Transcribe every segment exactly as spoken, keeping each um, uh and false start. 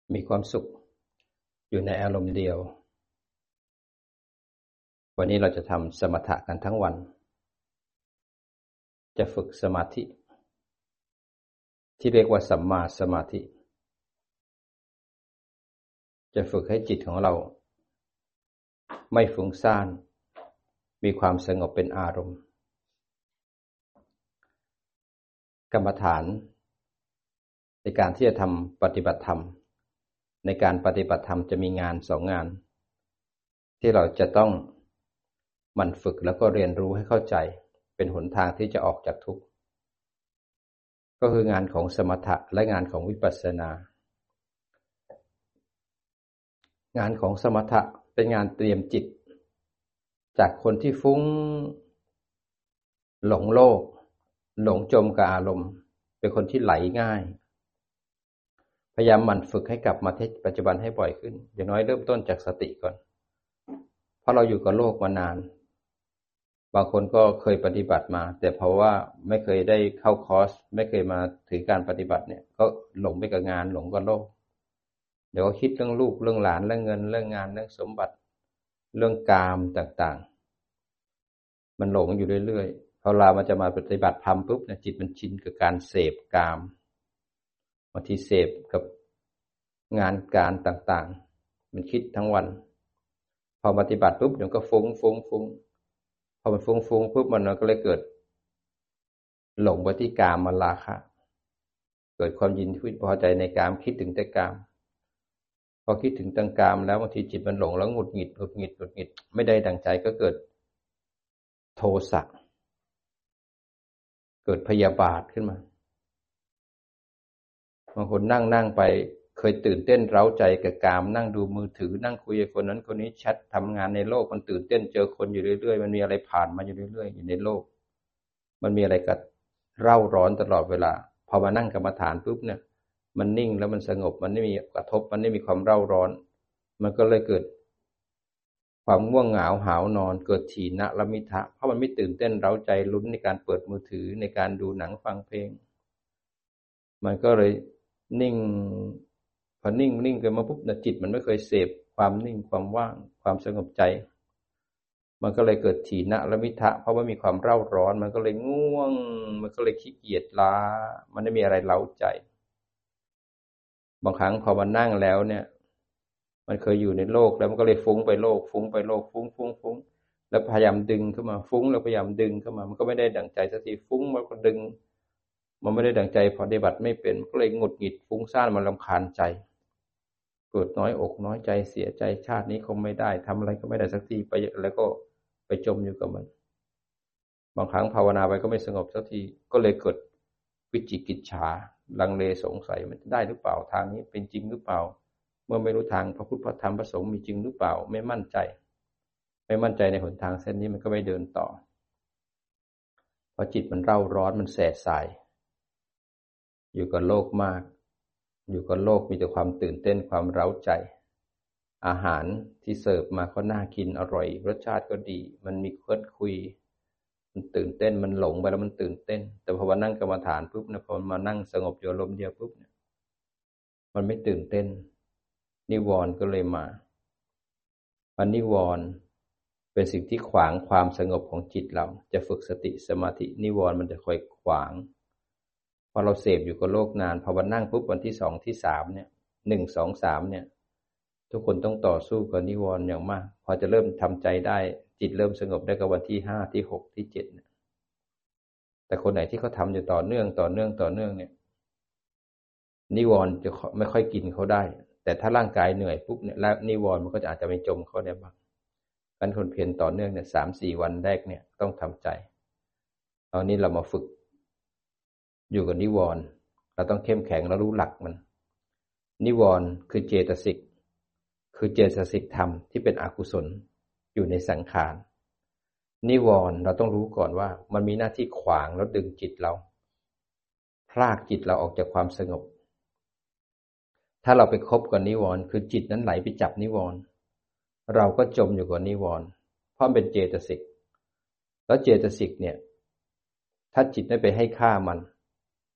มีความสุขอยู่ในอารมณ์เดียววันนี้เราจะทำสมถะกันทั้งวันจะฝึกสมาธิที่เรียกว่าสัมมาสมาธิจะฝึกให้จิตของเราไม่ฟุ้งซ่านมีความสงบเป็นอารมณ์กรรมฐานในการที่จะทำปฏิบัติธรรมในการปฏิบัติธรรมจะมีงานสองงานที่เราจะต้องหมั่นฝึกแล้วก็เรียนรู้ให้เข้าใจเป็นหนทางที่จะออกจากทุกข์ก็คืองานของสมถะและงานของวิปัสสนางานของสมถะเป็นงานเตรียมจิตจากคนที่ฟุ้งหลงโลกหลงจมกับอารมณ์เป็นคนที่ไหลง่ายพยายามหมั่นฝึกให้กลับมาที่ปัจจุบันให้บ่อยขึ้นอย่างน้อยเริ่มต้นจากสติก่อนเพราะเราอยู่กับโลกมานานบางคนก็เคยปฏิบัติมาแต่เพราะว่าไม่เคยได้เข้าคอร์สไม่เคยมาถือการปฏิบัติเนี่ยก็หลงไปกับงานหลงกับโลกเดี๋ยวก็คิดเรื่องลูกเรื่องหลานเรื่องเงินเรื่องงานเรื่องสมบัติเรื่องกามต่างๆมันหลงอยู่เรื่อยๆพอเรามันจะมาปฏิบัติธรรมปุ๊บเนี่ยจิตมันชินกับการเสพกามบางทีเสพกับงานการต่างๆมันคิดทั้งวันพอปฏิบัติปุ๊บเดี๋ยวก็ฟุ้งฟุ้งฟุ้งพอมันฟุ้งฟุ้งปุ๊บมันก็เลยเกิดหลงไปที่กามมาราคะเกิดความยินดีพอใจในกามคิดถึงแต่กามพอคิดถึงแต่กามแล้วบางทีจิตมันหลงแล้วหงุดหงิดหงุดหงิดหงุดหงิดไม่ได้ดังใจก็เกิดโทสะเกิดพยาบาทขึ้นมาบางคนนั่งนั่งไปเคยตื่นเต้นเร้าใจกับกามนั่งดูมือถือนั่งคุยกับคนนั้นคนนี้แชททำงานในโลกมันตื่นเต้นเจอคนอยู่เรื่อยๆมันมีอะไรผ่านมาอยู่เรื่อยๆอยู่ในโลกมันมีอะไรกับเร่าร้อนตลอดเวลาพอมานั่งกรรมฐานปุ๊บเนี่ยมันนิ่งแล้วมันสงบมันไม่มีกระทบมันไม่มีความเร่าร้อนมันก็เลยเกิดความง่วงเหงาหาวนอนเกิดถีนละมิทะเพราะมันไม่ตื่นเต้นเร้าใจลุ้นในการเปิดมือถือในการดูหนังฟังเพลงมันก็เลยนิ่งพอนิ่งนิ่งกันมาปุ๊บนะจิตมันไม่เคยเสพความนิ่งความว่างความสงบใจมันก็เลยเกิดถีนละมิทะเพราะว่ามีความเร่าร้อนมันก็เลยง่วงมันก็เลยขี้เกียจล้ามันไม่มีอะไรเร้าใจบางครั้งพอมานั่งแล้วเนี่ยมันเคยอยู่ในโลกแล้วมันก็เลยฟุ้งไปโลกฟุ้งไปโลกฟุ้งฟุ้งฟุ้งแล้วพยายามดึงเข้ามาฟุ้งแล้วพยายามดึงเข้ามามันก็ไม่ได้ดั่งใจสักทีฟุ้งมันก็ดึงมันไม่ได้ดั่งใจพอปฏิบัติไม่เป็นก็เลยหงุดหงิดฟุ้งซ่านมันรำคาญใจเกิดน้อยอกน้อยใจเสียใจชาตินี้คงไม่ได้ทำอะไรก็ไม่ได้สักทีไปแล้วก็ไปจมอยู่กับมันบางครั้งภาวนาไปก็ไม่สงบสักทีก็เลยเกิดวิจิกิจฉาลังเลสงสัยมันได้หรือเปล่าทางนี้เป็นจริงหรือเปล่าเมื่อไม่รู้ทางพระพุทธพระธรรมพระสงฆ์มีจริงหรือเปล่าไม่มั่นใจไม่มั่นใจในหนทางเส้นนี้มันก็ไม่เดินต่อเพราะจิตมันเร่าร้อนมันแสบสายอยู่กับโลกมากอยู่กับโลกมีแต่ความตื่นเต้นความเร้าใจอาหารที่เสิร์ฟมาก็น่ากินอร่อยรสชาติก็ดีมันมีเพื่อนคุยมันตื่นเต้นมันหลงไปแล้วมันตื่นเต้นแต่พอมานั่งกรรมฐานปุ๊บนะพอมานั่งสงบอยู่อารมณ์เดียวปุ๊บเนี่ยมันไม่ตื่นเต้นนิวรณ์ก็เลยมาอันนิวรณ์เป็นสิ่งที่ขวางความสงบของจิตเราจะฝึกสติสมาธินิวรณ์มันจะคอยขวางพอเราเสพอยู่กับโลกนานพอวันนั่งปุ๊บวันที่สองที่สามเนี่ยหนึ่งสองสามเนี่ยทุกคนต้องต่อสู้กับนิวรณ์อย่างมากพอจะเริ่มทำใจได้จิตเริ่มสงบได้กับวันที่ห้าที่หกที่เจ็ดเนี่ยแต่คนไหนที่เขาทำอยู่ต่อเนื่องต่อเนื่องต่อเนื่องเนี่ยนิวรณ์จะไม่ค่อยกินเขาได้แต่ถ้าร่างกายเหนื่อยปุ๊บเนี่ยแล้วนิวรณ์มันก็จะอาจจะไปจมเข้าได้บ้างการคนเพียรต่อเนื่องเนี่ยสามสี่วันแรกเนี่ยต้องทำใจเอานี้เรามาฝึกอยู่กับนิวรณ์เราต้องเข้มแข็งแล้วรู้หลักมันนิวรณ์คือเจตสิกคือเจตสิกธรรมที่เป็นอกุศลอยู่ในสังขารนิวรณ์เราต้องรู้ก่อนว่ามันมีหน้าที่ขวางแล้วดึงจิตเราพรากจิตเราออกจากความสงบถ้าเราไปคบกับนิวรณ์คือจิตนั้นไหลไปจับนิวรณ์เราก็จมอยู่กับนิวรณ์เพราะเป็นเจตสิกแล้วเจตสิกเนี่ยถ้าจิตไม่ไปให้ค่ามัน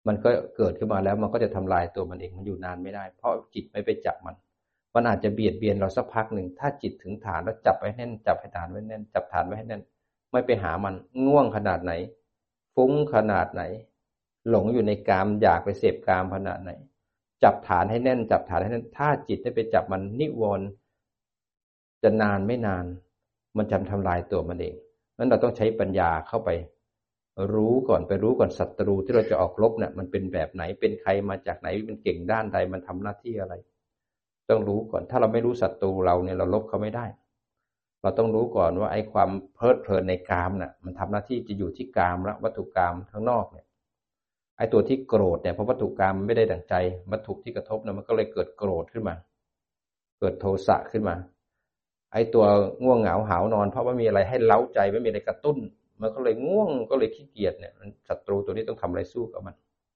มันก็เกิดขึ้นมาแล้วมันก็จะทำลายตัวมันเองมันอยู่นานไม่ได้เพราะจิตไม่ไปจับมันมันอาจจะเบียดเบียนเราสักพักหนึ่งถ้าจิตถึงฐานแล้วจับไว้แน่นจับให้ฐานไว้แน่นจับฐานไว้ให้แน่นไม่ไปหามันง่วงขนาดไหนฟุ้งขนาดไหนหลงอยู่ในกามอยากไปเสพกามขนาดไหนจับฐานให้แน่นจับฐานให้แน่นถ้าจิตได้ไปจับมันนิวรณ์จะนานไม่นานมันจะทำลายตัวมันเองนั้นเราต้องใช้ปัญญาเข้าไปรู้ก่อนไปรู้ก่อนศัตรูที่เราจะออกรบเนี่ยมันเป็นแบบไหนเป็นใครมาจากไหนมันเก่งด้านใดมันทำหน้าที่อะไรต้องรู้ก่อนถ้าเราไม่รู้ศัตรูเราเนี่ยเราลบเขาไม่ได้เราต้องรู้ก่อนว่าไอ้ความเพลิดเพลินในกามน่ะมันทำหน้าที่จะอยู่ที่กามและวัตถุกามข้างนอกเนี่ยไอ้ตัวที่โกรธเนี่ยเพราะวัตถุกามไม่ได้ดั่งใจวัตถุที่กระทบเนี่ยมันก็เลยเกิดโกรธขึ้นมาเกิดโทสะขึ้นมาไอ้ตัวง่วงเหงาหาวนอนเพราะว่ามีอะไรให้เล้าใจไม่มีอะไรกระตุ้นมันก็เลยง่วงก็เลยขี้เกียจเนี่ยศัตรูตัวนี้ต้องทำอะไรสู้กับมัน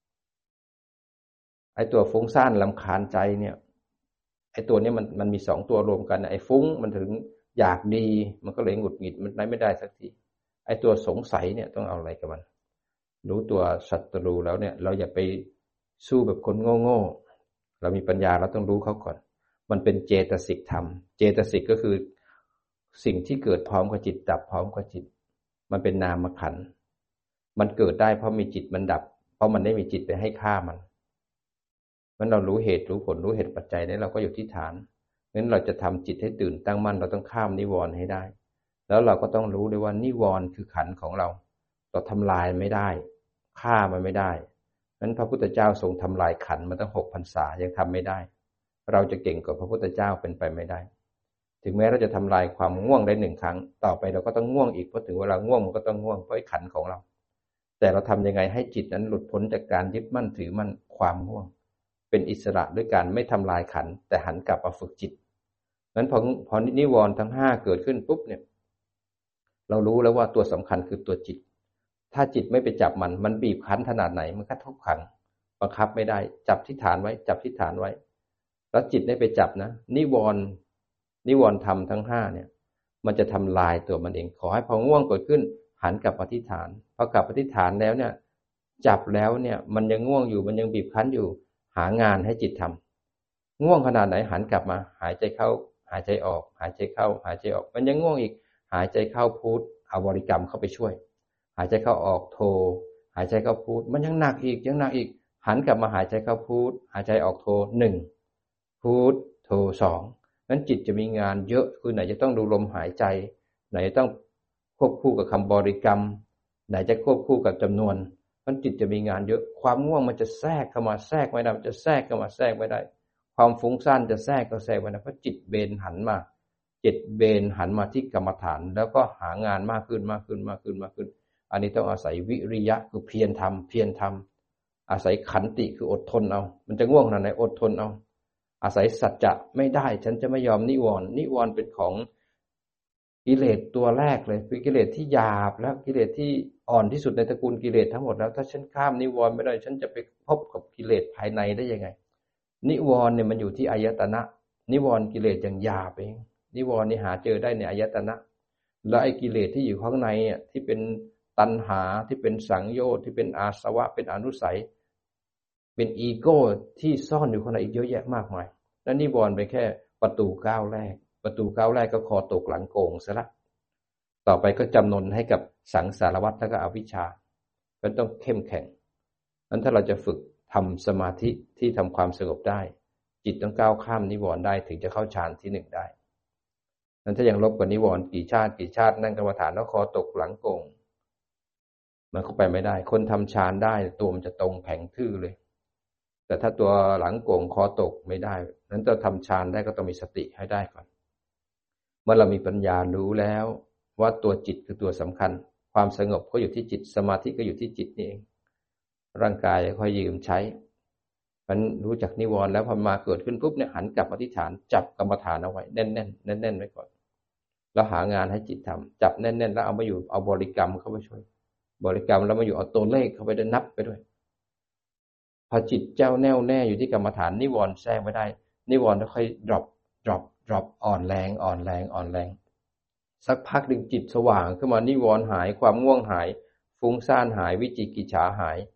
ไอ้ตัวฟุ้งซ่านรำคาญใจเนี่ยไอ้ตัวนี้มันมันมีสองตัวรวมกันไอ้ฟุ้งมันถึงอยากดีมันก็เลยหงุดหงิดมันได้ไม่ได้สักทีไอ้ตัวสงสัยเนี่ยต้องเอาอะไรกับมันรู้ตัวศัตรูแล้วเนี่ยเราอย่าไปสู้แบบคนโง่ๆเรามีปัญญาเราต้องรู้เขาก่อนมันเป็นเจตสิกธรรมเจตสิกก็คือสิ่งที่เกิดพร้อมกับจิตดับพร้อมกับจิตมันเป็นนามขันธ์มันเกิดได้เพราะมีจิตมันดับเพราะมันได้มีจิตไปให้ค่ามันมันเรารู้เหตุรู้ผลรู้เหตุปัจจัยนี้เราก็อยู่ที่ฐานงั้นเราจะทำจิตให้ตื่นตั้งมั่นเราต้องข้ามนิวรณ์ให้ได้แล้วเราก็ต้องรู้ด้วยว่านิวรณ์คือขันธ์ของเราเราทำลายไม่ได้ฆ่ามันไม่ได้นั้นพระพุทธเจ้าทรงทำลายขันธ์มาตั้งหกพรรษายังทำไม่ได้เราจะเก่งกว่าพระพุทธเจ้าเป็นไปไม่ได้ถึงแม้เราจะทำลายความง่วงได้หนึ่งครั้งต่อไปเราก็ต้องง่วงอีกเพราะถึงเวลาง่วงมันก็ต้องง่วงเพราะไอ้ขันธ์ของเราแต่เราทำยังไงให้จิตนั้นหลุดพ้นจากการยึดมั่นถือมั่นความง่วงเป็นอิสระด้วยการไม่ทำลายขันธ์แต่หันกลับมาฝึกจิตนั้นพอพอนิวรณ์ทั้งห้าเกิดขึ้นปุ๊บเนี่ยเรารู้แล้วว่าตัวสำคัญคือตัวจิตถ้าจิตไม่ไปจับมันมันบีบคั้นขนาดไหนมันก็ทุกขังบังคับไม่ได้จับที่ฐานไว้จับที่ฐานไว้แล้วจิตได้ไปจับนะนิวรณ์นิวรณ์ธรรมทั้งห้าเนี่ยมันจะทำลายตัวมันเองขอให้พอง่วงเกิดขึ้นหันกลับมาที่ฐานพอกลับมาที่ฐานแล้วเนี่ยจับแล้วเนี่ยมันยังง่วงอยู่มันยังบีบคั้นอยู่หางานให้จิตทำง่วงขนาดไหนหันกลับมาหายใจเข้าหายใจออกหายใจเข้าหายใจออกมันยังง่วงอีกหายใจเข้าพุทเอาบริกรรมเข้าไปช่วยหายใจเข้าออกโทหายใจเข้าพุทมันยังหนักอีกยังหนักอีกหันกลับมาหายใจเข้าพุทหายใจออกโทหนึ่งพุทโทสองนั้นจิตจะมีงานเยอะคือไหนจะต้องดูลมหายใจไหนจะต้องควบคู่กับคำบริกรรมไหนจะควบคู่กับจำนวนมันจิตจะมีงานเยอะความง่วงมันจะแทรกเข้ามาแทรกไม่ได้มันจะแทรกเข้ามาแทรกไม่ได้ความฟุ้งซ่านจะแทรกก็แทรกไม่ได้เพราะจิตเบนหันมาจิตเบนหันมาที่กรรมฐานแล้วก็หางานมากขึ้นมากขึ้นมากขึ้นมากขึ้นอันนี้ต้องอาศัยวิริยะคือเพียรทำเพียรทำอาศัยขันติคืออดทนเอามันจะง่วงขนาดไหนอดทนเอาอาศัยสัจจะไม่ได้ฉันจะไม่ยอมนิวรณ์นิวรณ์เป็นของกิเลสตัวแรกเลยเป็นกิเลสที่หยาบแล้วกิเลสที่อ่อนที่สุดในตระกูลกิเลสทั้งหมดแล้วถ้าฉันข้ามนิวรณ์ไม่ได้ฉันจะไปพบกับกิเลสภายในได้ยังไงนิวรณ์เนี่ยมันอยู่ที่อายตนะนิวรณ์กิเลสอย่างหยาบเองนิวรณ์นี่หาเจอได้ในอายตนะแล้วไอ้กิเลสที่อยู่ข้างในอ่ะที่เป็นตัณหาที่เป็นสังโยชน์ที่เป็นอาสวะเป็นอนุสัยเป็นอีโก้ที่ซ่อนอยู่ข้างในอีกเยอะแยะมากมายและนิวรณ์เป็นแค่ประตูก้าวแรกประตูก้าวแรกก็คอตกหลังโก่งซะละต่อไปก็จำนนให้กับสังสารวัฏและก็อวิชชาก็ต้องเข้มแข็งนั้นถ้าเราจะฝึกทำสมาธิที่ทำความสงบได้จิตต้องก้าวข้ามนิวรณ์ได้ถึงจะเข้าฌานที่หนึ่งได้นั้นถ้ายังลบกับนิวรณ์กี่ชาติกี่ชาตินั่งกรรมฐานแล้วคอตกหลังโก่งมันเข้าไปไม่ได้คนทำฌานได้ตัวมันจะตรงแข็งทื่อเลยแต่ถ้าตัวหลังโก่งคอตกไม่ได้นั้นจะทำฌานได้ก็ต้องมีสติให้ได้ก่อนเมื่อเรามีปัญญารู้แล้วว่าตัวจิตคือตัวสำคัญความสงบก็อยู่ที่จิตสมาธิก็อยู่ที่จิตนี่เองร่างกายค่อยยืมใช้มันรู้จักนิวรณ์แล้วพอมาเกิดขึ้นปุ๊บเนี่ยหันกลับมาที่ฐานจับกรรมฐานเอาไว้แน่นๆแน่นๆไว้ก่อนแล้วหางานให้จิตทำจับแน่นๆแล้วเอามาอยู่เอาบริกรรมเข้าไปช่วยบริกรรมแล้วมาอยู่เอาตัวเลขเข้าไปด้วยนับไปด้วยพอจิตเจ้าแน่วแน่อยู่ที่กรรมฐานนิวรณ์แทรกไม่ได้นิวรณ์ค่อย drop drop drop อ่อนแรงอ่อนแรงอ่อนแรงสักพักหนึ่งจิตสว่างขึ้นมานิวรณ์หายความง่วงหายฟุ้งซ่านหายวิจิกิจฉาหาย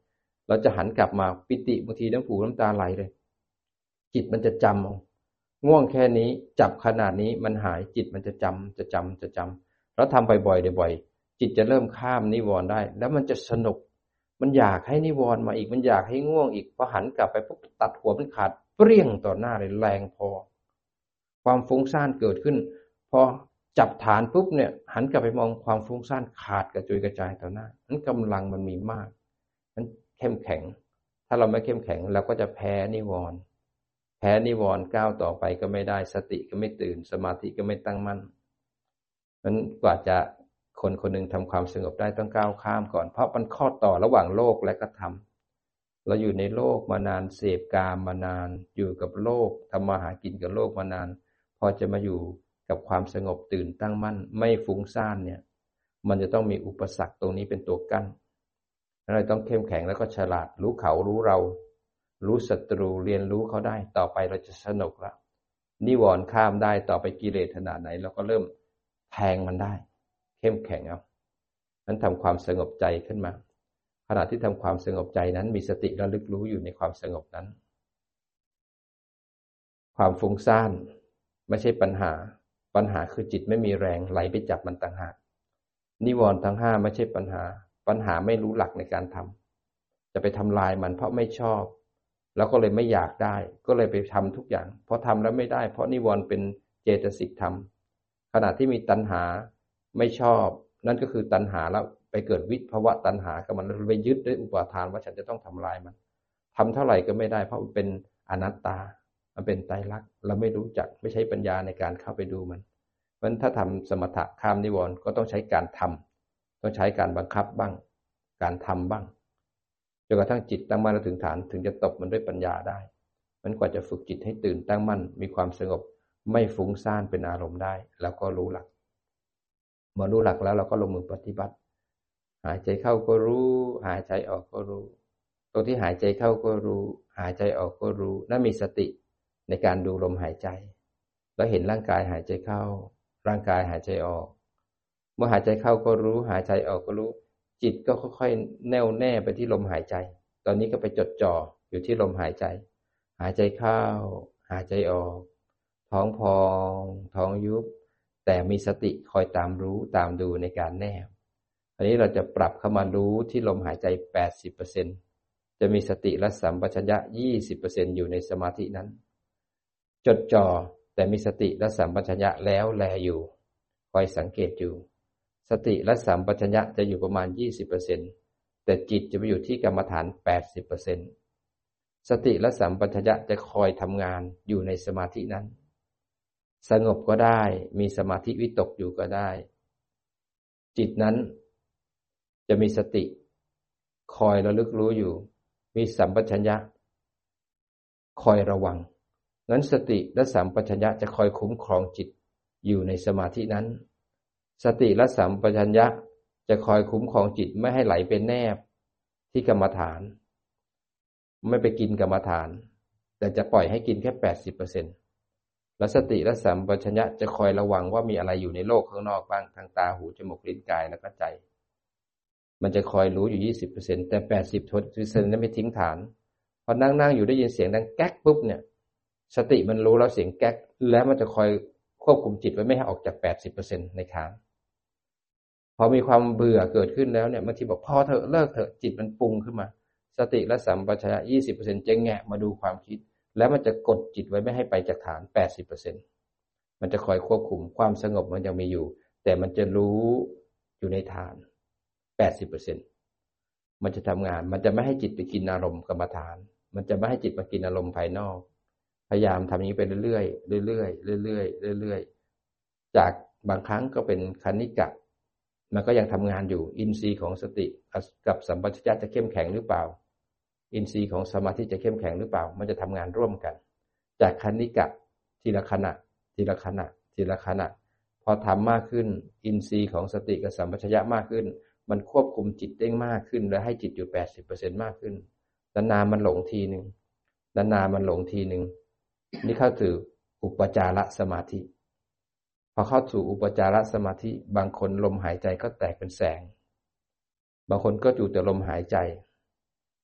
เราจะหันกลับมาปิติบางทีน้ำหูน้ำตาไหลเลยจิตมันจะจำเอาง่วงแค่นี้จับขนาดนี้มันหายจิตมันจะจำจะจำจะจำแล้วทำบ่อยๆบ่อยๆจิตจะเริ่มข้ามนิวรณ์ได้แล้วมันจะสนุกมันอยากให้นิวรณ์มาอีกมันอยากให้ง่วงอีกพอหันกลับไปปุ๊บตัดหัวมันขาดเปรี้ยงต่อหน้าเลยแรงพอความฟุ้งซ่านเกิดขึ้นพอจับฐานปุ๊บเนี่ยหันกลับไปมองความฟุ้งซ่านขาดกระจุยกระจายต่อหน้านั้นกำลังมันมีมากมันเข้มแข็งถ้าเราไม่เข้มแข็งเราก็จะแพ้นิวรณ์แพ้นิวรณ์ก้าวต่อไปก็ไม่ได้สติก็ไม่ตื่นสมาธิก็ไม่ตั้งมั่นนั้นกว่าจะคนคนหนึ่งทำความสงบได้ต้องก้าวข้ามก่อนเพราะมันข้อต่อระหว่างโลกและกธรรมเราอยู่ในโลกมานานเสพกามมานานอยู่กับโลกทำมาหากินกับโลกมานานพอจะมาอยู่กับความสงบตื่นตั้งมั่นไม่ฟุ้งซ่านเนี่ยมันจะต้องมีอุปสรรคตรงนี้เป็นตัวกั้นเราต้องเข้มแข็งแล้วก็ฉลาดรู้เขารู้เรารู้ศัตรูเรียนรู้เขาได้ต่อไปเราจะสนุกละนิวรณ์ข้ามได้ต่อไปกิเลสขนาดไหนเราก็เริ่มแทงมันได้เข้มแข็งเอานั้นทำความสงบใจขึ้นมาขณะที่ทำความสงบใจนั้นมีสติระลึกรู้อยู่ในความสงบนั้นความฟุ้งซ่านไม่ใช่ปัญหาปัญหาคือจิตไม่มีแรงไหลไปจับมันต่างหากนิวรณ์ทั้งห้าไม่ใช่ปัญหาปัญหาไม่รู้หลักในการทำจะไปทำลายมันเพราะไม่ชอบแล้วก็เลยไม่อยากได้ก็เลยไปทำทุกอย่างเพราะทำแล้วไม่ได้เพราะนิวรณ์เป็นเจตสิกธรรมขณะที่มีตัณหาไม่ชอบนั่นก็คือตัณหาแล้วไปเกิดวิภวะตัณหากับมันไปยึดด้วยอุปาทานว่าฉันจะต้องทำลายมันทำเท่าไหร่ก็ไม่ได้เพราะมันเป็นอนัตตามันเป็นไตรลักษณ์เราไม่รู้จักไม่ใช้ปัญญาในการเข้าไปดูมันเพราะฉะนั้นถ้าทำสมถะข้ามนิวรณ์ก็ต้องใช้การทำต้องใช้การบังคับบ้างการทำบ้างจนกระทั่งจิตตั้งมั่นถึงฐานถึงจะตบมันด้วยปัญญาได้มันกว่าจะฝึกจิตให้ตื่นตั้งมั่นมีความสงบไม่ฟุ้งซ่านเป็นอารมณ์ได้แล้วก็รู้หลักเมื่อรู้หลักแล้วเราก็ลงมือปฏิบัติหายใจเข้าก็รู้หายใจออกก็รู้ตรงที่หายใจเข้าก็รู้หายใจออกก็รู้นั่นมีสติในการดูลมหายใจแล้วเห็นร่างกายหายใจเข้าร่างกายหายใจออกเมื่อหายใจเข้าก็รู้หายใจออกก็รู้จิตก็ค่อยๆแน่วแน่ไปที่ลมหายใจตอนนี้ก็ไปจดจ่ออยู่ที่ลมหายใจหายใจเข้าหายใจออกท้องพองท้องยุบแต่มีสติคอยตามรู้ตามดูในการแนบอันนี้เราจะปรับเข้ามารู้ที่ลมหายใจ แปดสิบเปอร์เซ็นต์ จะมีสติและสัมปชัญญะ ยี่สิบเปอร์เซ็นต์ อยู่ในสมาธินั้นจดจ่อแต่มีสติและสัมปชัญญะแล้วแลอยู่คอยสังเกตอยู่สติและสัมปชัญญะจะอยู่ประมาณ ยี่สิบเปอร์เซ็นต์ แต่จิตจะไปอยู่ที่กรรมฐาน แปดสิบเปอร์เซ็นต์ สติและสัมปชัญญะจะคอยทำงานอยู่ในสมาธินั้นสงบก็ได้มีสมาธิวิตกอยู่ก็ได้จิตนั้นจะมีสติคอยระลึกรู้อยู่มีสัมปชัญญะคอยระวังนั้นสติและสัมปชัญญะจะคอยคุ้มครองจิตอยู่ในสมาธินั้นสติและสัมปชัญญะจะคอยคุ้มครองจิตไม่ให้ไหลไปแนบที่กรรมฐานไม่ไปกินกรรมฐานแต่จะปล่อยให้กินแค่ แปดสิบเปอร์เซ็นต์ และสติและสัมปชัญญะจะคอยระวังว่ามีอะไรอยู่ในโลกข้างนอกบ้างทางตาหูจมูกลิ้นกายแล้วก็ใจมันจะคอยรู้อยู่ ยี่สิบเปอร์เซ็นต์ แต่ แปดสิบเปอร์เซ็นต์ นั้นไม่ทิ้งฐานพอนั่งๆอยู่ได้ยินเสียงดังแก๊กปุ๊บเนี่ยสติมันรู้แล้วเสียงแก๊กแล้วมันจะคอยควบคุมจิตไว้ไม่ให้ออกจาก แปดสิบเปอร์เซ็นต์ ในค้างพอมีความเบื่อเกิดขึ้นแล้วเนี่ยบางทีบอกพอเถอะเลิกเถอะจิตมันปรุงขึ้นมาสติและสัมปชัญญะ ยี่สิบเปอร์เซ็นต์ จะแงะมาดูความคิดแล้วมันจะกดจิตไว้ไม่ให้ไปจากฐาน แปดสิบเปอร์เซ็นต์ มันจะคอยควบคุมความสงบมันยังมีอยู่แต่มันจะรู้อยู่ในฐาน แปดสิบเปอร์เซ็นต์ มันจะทำงานมันจะไม่ให้จิตไปกินอารมณ์กรรมฐานมันจะไม่ให้จิตมากินอารมณ์ภายนอกพยายามทำอย่างนี้ไปเรื่อยๆเรื่อยๆเรื่อยๆเรื่อยๆจากบางครั้งก็เป็นคณิกะมันก็ยังทำงานอยู่อินทรีย์ของสติกับสัมปชัญญะจะเข้มแข็งหรือเปล่าอินทรีย์ของสมาธิจะเข้มแข็งหรือเปล่ามันจะทำงานร่วมกันจากคณิกะทีละขณะทีละขณะทีละขณะพอทำมากขึ้นอินทรีย์ของสติกับสัมปชัญญะมากขึ้นมันควบคุมจิตได้มากขึ้นและให้จิตอยู่ แปดสิบเปอร์เซ็นต์ มากขึ้นนานๆมันหลงทีนึงนานๆมันหลงทีนึงนี่เข้าสู่อุปจารสมาธิพอเข้าสู่อุปจารสมาธิบางคนลมหายใจก็แตกเป็นแสงบางคนก็อยู่แต่ลมหายใจ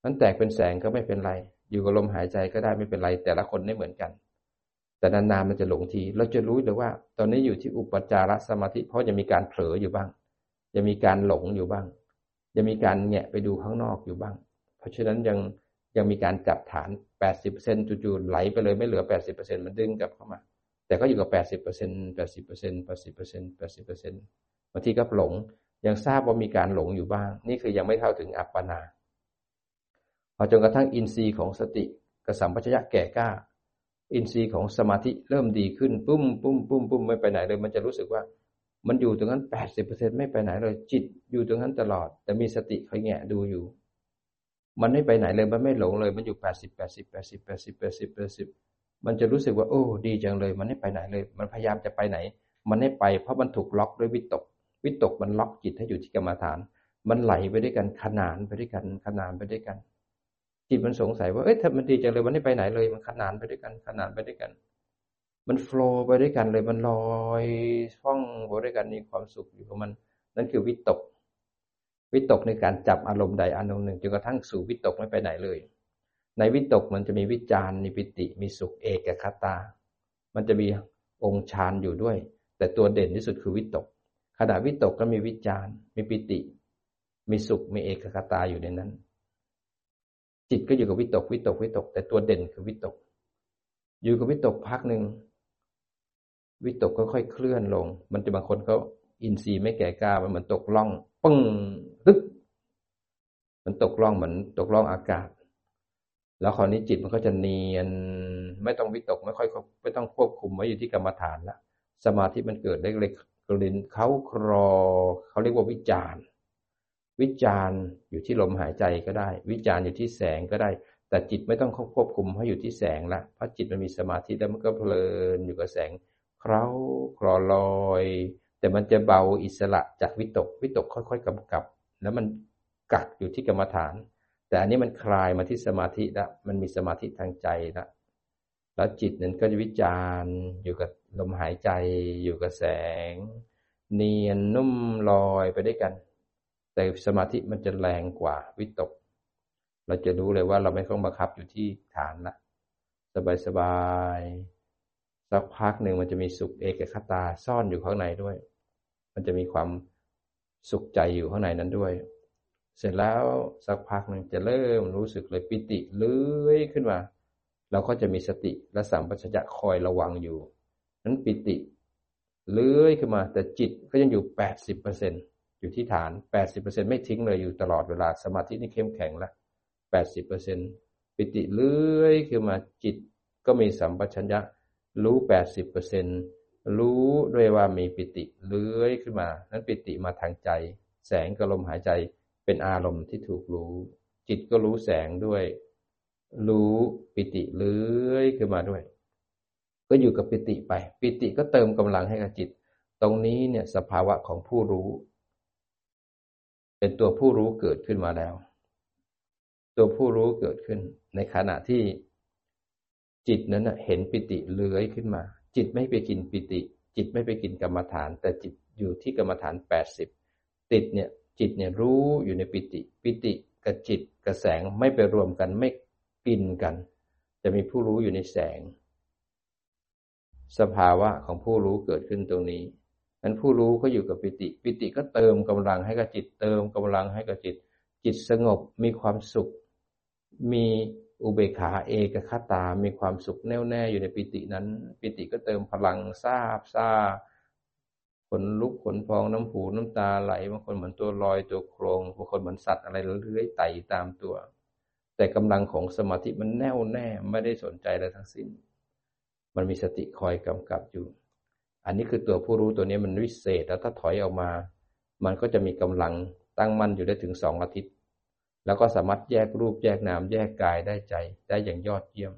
นั้นแตกเป็นแสงก็ไม่เป็นไรอยู่กับลมหายใจก็ได้ไม่เป็นไรแต่ละคนไม่เหมือนกันแต่นานๆมันจะหลงทีเราจะรู้เลยว่าตอนนี้อยู่ที่อุปจารสมาธิเพราะจะมีการเผลออยู่บ้างจะมีการหลงอยู่บ้างจะมีการแงะไปดูข้างนอกอยู่บ้างเพราะฉะนั้นยังยังมีการจับฐาน แปดสิบเปอร์เซ็นต์ จู่ๆไหลไปเลยไม่เหลือ แปดสิบเปอร์เซ็นต์ มันดึงกลับเข้ามาแต่ก็อยู่กับ แปดสิบเปอร์เซ็นต์ แปดสิบเปอร์เซ็นต์ แปดสิบเปอร์เซ็นต์ แปดสิบเปอร์เซ็นต์ บางทีก็หลงยังทราบว่ามีการหลงอยู่บ้างนี่คือยังไม่เท่าถึงอัปปนาพอจนกระทั่งอินทรีย์ของสติกับสัมปชัญญะแก่กล้าอินทรีย์ของสมาธิเริ่มดีขึ้นปุ้มปุ้มปุ้มปุ้มไม่ไปไหนเลยมันจะรู้สึกว่ามันอยู่ตรงนั้น แปดสิบเปอร์เซ็นต์ ไม่ไปไหนเลยจิตอยู่ตรงนั้นตลอดแต่มีสติคอยแงะดูอยู่มันไม่ไปไหนเลยมันไม่หลงเลยมันอยู่แปดสิบ แปดสิบ แปดสิบ แปดสิบ แปดสิบ แปดสิบมันจะรู้สึกว่าโอ้ดีจังเลยมันไม่ไปไหนเลยมันพยายามจะไปไหนมันไม่ไปเพราะมันถูกล็อกด้วยวิตกวิตกมันล็อกจิตให้อยู่ที่กรรมฐานมันไหลไปด้วยกันขนานไปด้วยกันขนานไปด้วยกันจิตมันสงสัยว่าเอ๊ะถ้ามันดีจังเลยมันไม่ไปไหนเลยมันขนานไปด้วยกันขนานไปด้วยกันมันโฟลว์ไปด้วยกันเลยมันลอยฟ่องไปด้วยกันมีความสุขอยู่ของมันนั่นคือวิตกวิตกในการจับอารมณ์ใดอารมณ์หนึ่งจนกระทั่งสู่วิตกไม่ไปไหนเลยในวิตกมันจะมีวิจารมีปิติมีสุขเอกคตามันจะมีองค์ฌานอยู่ด้วยแต่ตัวเด่นที่สุดคือวิตกขณะวิตกก็มีวิจารมีปิติมีสุขมีเอกคตาอยู่ในนั้นจิตก็อยู่กับวิตกวิตกวิตกแต่ตัวเด่นคือวิตกอยู่กับวิตกพักหนึ่งวิตกก็ค่อยเคลื่อนลงมันจะบางคนเขาอินทรีย์ไม่แก่กล้ามันเหมือนตกล่องปึ้งตึ๊กมันตกล่องเหมือนตกล่องอากาศแล้วคราวนี้จิตมันก็จะเนียนไม่ต้องวิตกไม่ค่อยไม่ต้องควบคุมไว้อยู่ที่กรรมฐานละสมาธิมันเกิดเล็กๆกลิ่นเขาครอเขาเรียกว่าวิจารวิจารอยู่ที่ลมหายใจก็ได้วิจารอยู่ที่แสงก็ได้แต่จิตไม่ต้องควบคุมให้อยู่ที่แสงละเพราะจิตมันมีสมาธิแล้วมันก็เพลินอยู่กับแสงเคล้าคลอลอยแต่มันจะเบาอิสระจากวิตกวิตกค่อยๆกำกับแล้วมันกักอยู่ที่กรรมฐานแต่อันนี้มันคลายมาที่สมาธิแล้วมันมีสมาธิทางใจแล้วแล้วจิตนั้นก็จะวิจารอยู่กับลมหายใจอยู่กับแสงเนียนนุ่มลอยไปด้วยกันแต่สมาธิมันจะแรงกว่าวิตกเราจะรู้เลยว่าเราไม่ต้องบังคับอยู่ที่ฐานละสบายๆสักพักหนึ่งมันจะมีสุขเอกคตาซ่อนอยู่ข้างในด้วยมันจะมีความสุขใจอยู่ข้างในนั้นด้วยเสร็จแล้วสักพักหนึ่งจะเริ่มรู้สึกเลยปิติเลื้อยขึ้นมาเราก็จะมีสติและสัมปชัญญะคอยระวังอยู่นั้นปิติเลื้อยขึ้นมาแต่จิตก็ยังอยู่ แปดสิบเปอร์เซ็นต์ อยู่ที่ฐาน แปดสิบเปอร์เซ็นต์ ไม่ทิ้งเลยอยู่ตลอดเวลาสมาธินี่เข้มแข็งแล้ว แปดสิบเปอร์เซ็นต์ ปิติเลื้อยขึ้นมาจิตก็มีสัมปชัญญะรู้ แปดสิบเปอร์เซ็นต์ รู้ด้วยว่ามีปิติเลื้อยขึ้นมานั้นปิติมาทางใจแสงกับลมหายใจเป็นอารมณ์ที่ถูกรู้จิตก็รู้แสงด้วยรู้ปิติเลื้อยขึ้นมาด้วยก็อยู่กับปิติไปปิติก็เติมกำลังให้กับจิตตรงนี้เนี่ยสภาวะของผู้รู้เป็นตัวผู้รู้เกิดขึ้นมาแล้วตัวผู้รู้เกิดขึ้นในขณะที่จิตนั้นเห็นปิติเลื้อยขึ้นมาจิตไม่ไปกินปิติจิตไม่ไปกินกรรมฐานแต่จิตอยู่ที่กรรมฐานแปดสิบติดเนี่ยจิตเนี่ยรู้อยู่ในปิติปิติกับจิตกับแสงไม่ไปรวมกันไม่กินกันจะมีผู้รู้อยู่ในแสงสภาวะของผู้รู้เกิดขึ้นตรงนี้นั้นผู้รู้ก็อยู่กับปิติปิติก็เติมกำลังให้กับจิตเติมกำลังให้กับจิตจิตสงบมีความสุขมีอุเบกขาเอกคตามีความสุขแน่วแน่อยู่ในปิตินั้นปิติก็เติมพลังซาบซ่าขนลุกขนพองน้ำหูน้ำตาไหลบางคนเหมือนตัวลอยตัวโครงบางคนเหมือนสัตว์อะไรเลื้อยไต่ตามตัวแต่กำลังของสมาธิมันแน่วแน่ไม่ได้สนใจอะไรทั้งสิ้นมันมีสติคอยกำกับอยู่อันนี้คือตัวผู้รู้ตัวนี้มันวิเศษแล้วถ้าถอยออกมามันก็จะมีกำลังตั้งมั่นอยู่ได้ถึงสองอาทิตย์แล้วก็สามารถแยกรูปแยกนามแยกกายได้ใจได้อย่างยอดเยี่ยม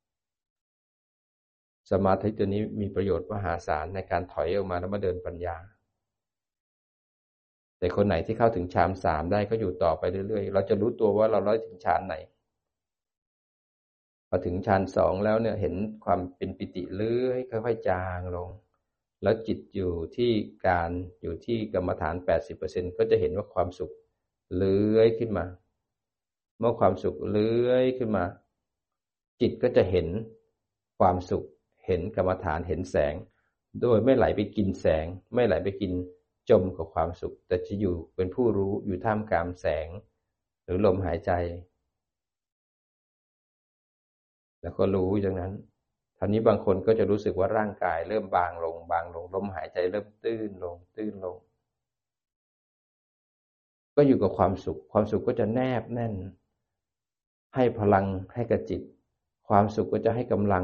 สมาธิตัวนี้มีประโยชน์มหาศาลในการถอยออกมาแล้วมาเดินปัญญาแต่คนไหนที่เข้าถึงฌานสามได้ก็อยู่ต่อไปเรื่อยๆเราจะรู้ตัวว่าเราร้อยถึงฌานไหนพอถึงฌานสองแล้วเนี่ยเห็นความเป็นปิติเลื้อยค่อยๆจางลงแล้วจิตอยู่ที่การอยู่ที่กรรมฐาน แปดสิบเปอร์เซ็นต์ ก็จะเห็นว่าความสุขเลื้อยขึ้นมาเมื่อความสุขเลื้อยขึ้นมาจิตก็จะเห็นความสุขเห็นกรรมฐานเห็นแสงโดยไม่ไหลไปกินแสงไม่ไหลไปกินจมกับความสุขแต่จะอยู่เป็นผู้รู้อยู่ท่ามกลางแสงหรือลมหายใจแล้วก็รู้อย่างนั้นทีนี้บางคนก็จะรู้สึกว่าร่างกายเริ่มบางลงบางลงลมหายใจเริ่มตื้นลงตื้นลงก็อยู่กับความสุขความสุขก็จะแนบแน่นให้พลังให้กับจิตความสุขก็จะให้กำลัง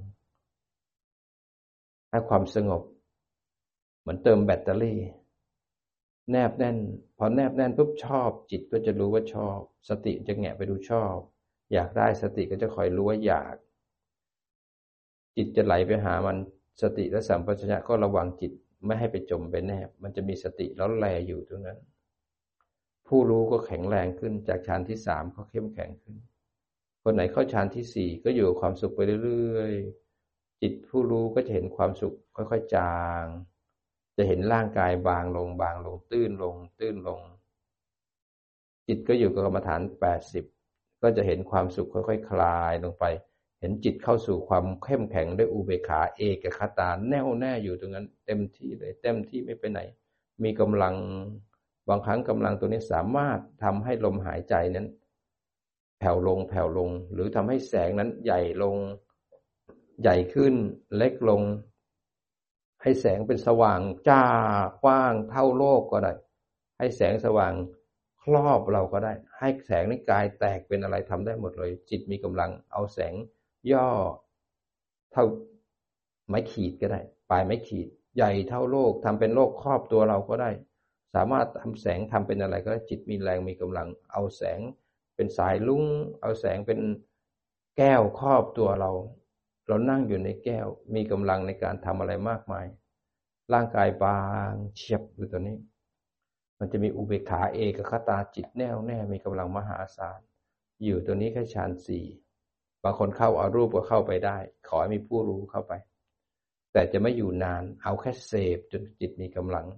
ให้ความสงบเหมือนเติมแบตเตอรี่แนบแน่นพอแนบแน่นปุ๊บชอบจิตก็จะรู้ว่าชอบสติจะแงะไปดูชอบอยากได้สติก็จะคอยรู้ว่าอยากจิตจะไหลไปหามันสติและสัมปชัญญะก็ระวังจิตไม่ให้ไปจมไปแนบมันจะมีสติแล้วแลอยู่ตรงนั้นผู้รู้ก็แข็งแรงขึ้นจากฌานที่สามก็เข้มแข็งขึ้นคนไหนเข้าฌานที่สี่ก็อยู่กับความสุขไปเรื่อยๆจิตผู้รู้ก็จะเห็นความสุขค่อยๆจางจะเห็นร่างกายบางลงบางลงตื้นลงตื้นลงจิตก็อยู่กับกรรมฐานแปดสิบก็จะเห็นความสุขค่อยๆ ค, คลายลงไปเห็นจิตเข้าสู่ความเข้มแข็งด้วยอุเบกขาเอกคตาแน่วแน่อยู่ตรงนั้นเต็มที่เลยเต็มที่ไม่ไปไหนมีกำลังบางครั้งกำลังตัวนี้สามารถทำให้ลมหายใจนั้นแผ่วลงแผ่วลงหรือทำให้แสงนั้นใหญ่ลงใหญ่ขึ้นเล็กลงให้แสงเป็นสว่างจ้ากว้างเท่าโลกก็ได้ให้แสงสว่างครอบเราก็ได้ให้แสงในกายแตกเป็นอะไรทำได้หมดเลยจิตมีกำลังเอาแสงย่อเท่าไม้ขีดก็ได้ปลายไม้ขีดใหญ่เท่าโลกทำเป็นโลกครอบตัวเราก็ได้สามารถทำแสงทำเป็นอะไรก็ได้จิตมีแรงมีกำลังเอาแสงเป็นสายลุ้งเอาแสงเป็นแก้วครอบตัวเราเรานั่งอยู่ในแก้วมีกำลังในการทำอะไรมากมายร่างกายบางเฉียบอยู่ตัวนี้มันจะมีอุเบกขาเอกคตาจิตแน่วแน่มีกำลังมหาศาลอยู่ตัวนี้แค่ฌานสี่บางคนเข้าอารูปก็เข้าไปได้ขอให้มีผู้รู้เข้าไปแต่จะไม่อยู่นานเอาแค่เสพจนจิตมีกำลัง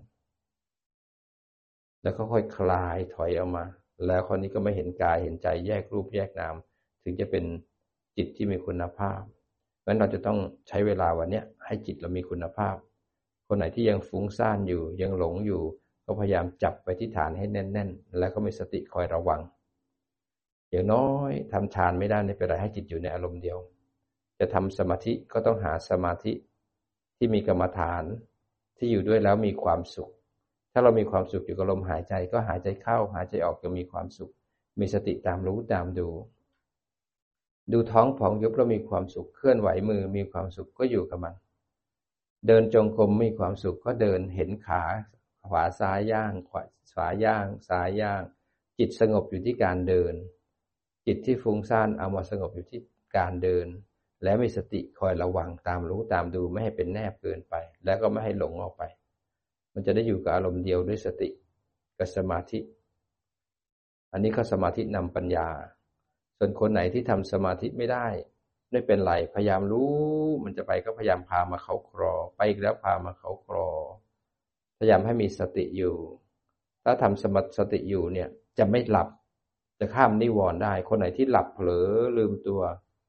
แล้วก็ค่อยคลายถอยออกมาแล้วคนนี้ก็ไม่เห็นกายเห็นใจแยกรูปแยกนามถึงจะเป็นจิตที่มีคุณภาพเพราะฉะนั้นเราจะต้องใช้เวลาวันนี้ให้จิตเรามีคุณภาพคนไหนที่ยังฟุ้งซ่านอยู่ยังหลงอยู่ก็พยายามจับไปที่ฐานให้แน่นๆแล้วก็มีสติคอยระวังอย่างน้อยทำฌานไม่ได้ไม่เป็นไรให้จิตอยู่ในอารมณ์เดียวจะทำสมาธิก็ต้องหาสมาธิที่มีกรรมฐานที่อยู่ด้วยแล้วมีความสุขถ้าเรามีความสุขอยู่กับลมหายใจก็หายใจเข้าหายใจออกจะมีความสุขมีสติตามรู้ตามดูดูท้องผองยุบแล้วมีความสุขเคลื่อนไหวมือมีความสุขก็อยู่กับมันเดินจงกรมมีความสุขก็เดินเห็นขาขวาซ้ายย่างขวาขวาย่างซ้ายย่างจิตสงบอยู่ที่การเดินจิตที่ฟุ้งซ่านเอามาสงบอยู่ที่การเดินและมีสติคอยระวังตามรู้ตามดูไม่ให้เป็นแนบเกินไปแล้วก็ไม่ให้หลงออกไปมันจะได้อยู่กับอารมณ์เดียวด้วยสติกับสมาธิอันนี้ก็สมาธินำปัญญาส่วนคนไหนที่ทำสมาธิไม่ได้ไม่เป็นไรพยายามรู้มันจะไปก็พยายามพามาเขาครอไปอีกแล้วพามาเขาครอพยายามให้มีสติอยู่ถ้าทำสมาสติอยู่เนี่ยจะไม่หลับจะข้ามนิวรณ์ได้คนไหนที่หลับเผลอลืมตัว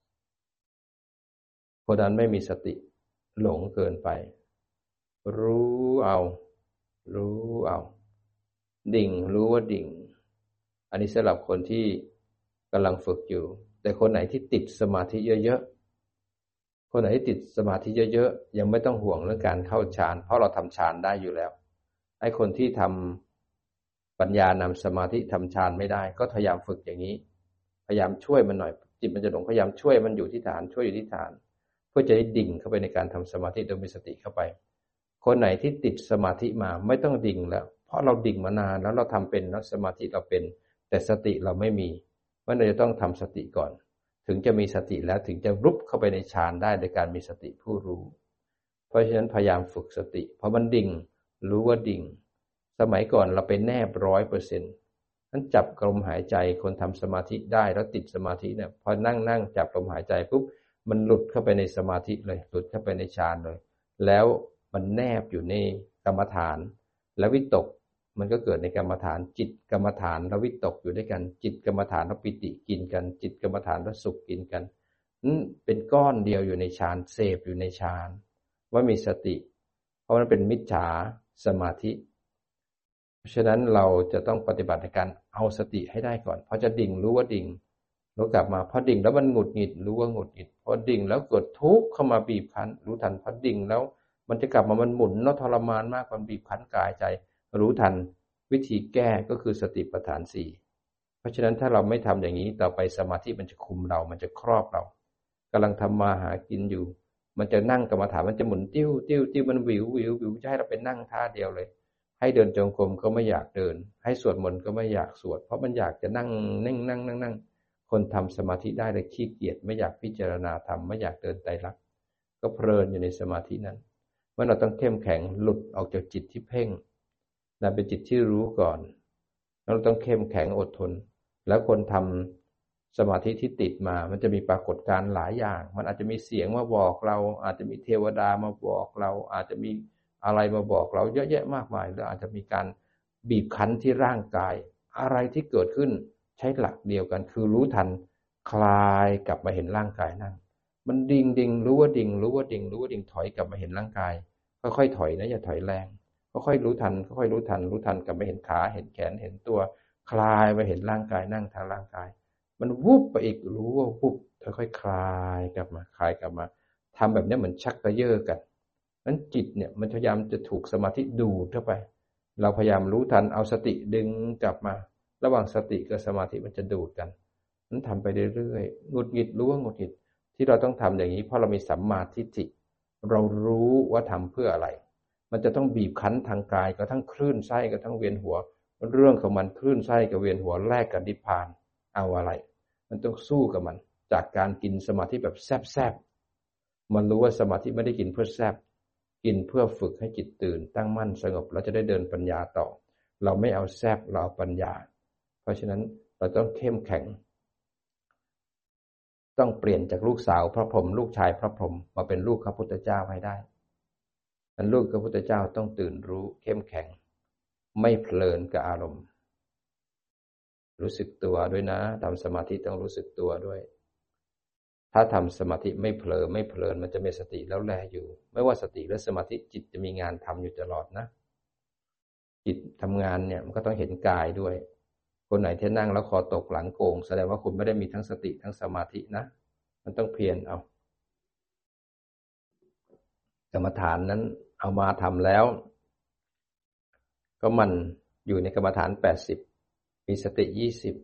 คนนั้นไม่มีสติหลงเกินไปรู้เอารู้เอาดิ่งรู้ว่าดิ่งอันนี้สำหรับคนที่กำลังฝึกอยู่แต่คนไหนที่ติดสมาธิเยอะๆคนไหนที่ติดสมาธิเยอะๆยังไม่ต้องห่วงเรื่องการเข้าฌานเพราะเราทำฌานได้อยู่แล้วไอ้คนที่ทำปัญญานำสมาธิทำฌานไม่ได้ก็พยายามฝึกอย่างนี้พยายามช่วยมันหน่อยจิตมันจะหลงพยายามช่วยมันอยู่ที่ฐานช่วยอยู่ที่ฐานเพื่อจะได้ดิ่งเข้าไปในการทำสมาธิโดยมีสติเข้าไปคนไหนที่ติดสมาธิมาไม่ต้องดิ่งแล้วเพราะเราดิ่งมานานแล้วเราทำเป็นแล้วสมาธิเราเป็นแต่สติเราไม่มีว่าเราจะต้องทำสติก่อนถึงจะมีสติแล้วถึงจะรุบเข้าไปในฌานได้โดยการมีสติผู้รู้เพราะฉะนั้นพยายามฝึกสติเพราะมันดิ่งรู้ว่าดิ่งสมัยก่อนเราไปแนบร้อยเปอร์เซ็นต์นั้นจับลมหายใจคนทำสมาธิได้แล้วติดสมาธิเนี่ยพอนั่งนั่งจับลมหายใจปุ๊บมันหลุดเข้าไปในสมาธิเลยหลุดเข้าไปในฌานเลยแล้วมันแนบอยู่ในกรรมฐานแล้ววิตกมันก็เกิดในกรรมฐานจิตกรรมฐานและวิตกอยู่ด้วยกันจิตกรรมฐานและปิติกินกันจิตกรรมฐานและสุขกินกันนั่นเป็นก้อนเดียวอยู่ในฌานเสพอยู่ในฌานว่ามีสติเพราะมันเป็นมิจฉาสมาธิเพราะฉะนั้นเราจะต้องปฏิบัติในการเอาสติให้ได้ก่อนพอจะดิ่งรู้ว่าดิ่งแล้วกลับมาพอดิ่งแล้วมันหงุดหงิดรู้ว่าหงุดหงิดพอดิ่งแล้วเกิดทุกข์เข้ามาบีบคั้นรู้ทันพอดิ่งแล้วมันจะกลับมามันหมุนแล้วทรมานมากกว่าบีบคั้นกายใจรู้ทันวิธีแก้ก็คือสติปัฏฐานสี่เพราะฉะนั้นถ้าเราไม่ทำอย่างนี้ต่อไปสมาธิมันจะคุมเรามันจะครอบเรากำลังทำมาหากินอยู่มันจะนั่งกรรมฐานมันจะหมุนติ้วติ้วติ้วมันวิววิววิวจะให้เราไปนั่งท่าเดียวเลยให้เดินจงกรมก็ไม่อยากเดินให้สวดมนต์ก็ไม่อยากสวดเพราะมันอยากจะนั่งนั่งนั่งนั่งนั่งคนทำสมาธิได้เลยขี้เกียจไม่อยากพิจารณาธรรมไม่อยากเดินไตรลักษณ์ก็เพลินอยู่ในสมาธินั้นเมื่อเราต้องเข้มแข็งหลุดออกจากจิตที่เพ่งนั่นเป็นจิตที่รู้ก่อนเราต้องเข้มแข็งอดทนแล้วคนทำสมาธิที่ติดมามันจะมีปรากฏการณ์หลายอย่างมันอาจจะมีเสียงมาบอกเราอาจจะมีเทวดามาบอกเราอาจจะมีอะไรมาบอกเราเยอะแยะมากมายแล้วอาจจะมีการบีบคั้นที่ร่างกายอะไรที่เกิดขึ้นใช้หลักเดียวกันคือรู้ทันคลายกลับมาเห็นร่างกายนั่งมันดิ่งดิ่งรู้ว่าดิ่งรู้ว่าดิ่งรู้ว่าดิ่งถอยกลับมาเห็นร่างกายค่อยๆถอยนะอย่าถอยแรงค่อยๆรู้ทันค่อยๆรู้ทันรู้ทันกลับมาเห็นขาเห็นแขนเห็นตัวคลายไปเห็นร่างกายนั่งทางร่างกายมันวุบไปอีกรู้ว่าวุบค่อยๆคลายกลับมาคลายกลับมาทำแบบนี้เหมือนชักกระเยาะกันนั้นจิตเนี่ยมันพยายามจะถูกสมาธิดูดเข้าไปเราพยายามรู้ทันเอาสติดึงกลับมาระหว่างสติกับสมาธิมันจะดูดกันนั้นทำไปเรื่อยๆหงุดหงิดรู้ว่าหงุดหงิดที่เราต้องทำอย่างนี้เพราะเรามีสัมมาทิฏฐิเรารู้ว่าทำเพื่ออะไรมันจะต้องบีบคั้นทางกายกระทั่งคลื่นไส้กระทั่งเวียนหัวเรื่องของมันคลื่นไส้กับเวียนหัวแลกกับนิพพานเอาอะไรมันต้องสู้กับมันจากการกินสมาธิแบบแซบๆมันรู้ว่าสมาธิไม่ได้กินเพื่อแซบกินเพื่อฝึกให้จิตตื่นตั้งมั่นสงบแล้วจะได้เดินปัญญาต่อเราไม่เอาแซบเราเอาปัญญาเพราะฉะนั้นเราต้องเข้มแข็งต้องเปลี่ยนจากลูกสาวพระพรหมลูกชายพระพรหมมาเป็นลูกพระพุทธเจ้าให้ได้นั้นลูกพระพุทธเจ้าต้องตื่นรู้เข้มแข็งไม่เพลินกับอารมณ์รู้สึกตัวด้วยนะทำสมาธิต้องรู้สึกตัวด้วยถ้าทำสมาธิไม่เผลอไม่เพลินมันจะมีสติแล้วแลอยู่ไม่ว่าสติหรือสมาธิจิตจะมีงานทำอยู่ตลอดนะจิตทำงานเนี่ยมันก็ต้องเห็นกายด้วยคนไหนที่นั่งแล้วคอตกหลังโก่งแสดงว่าคุณไม่ได้มีทั้งสติทั้งสมาธินะมันต้องเพียรเอากรรมฐานนั้นเอามาทำแล้วก็มันอยู่ในกรรมฐานแปดสิบมีสติยี่สิบ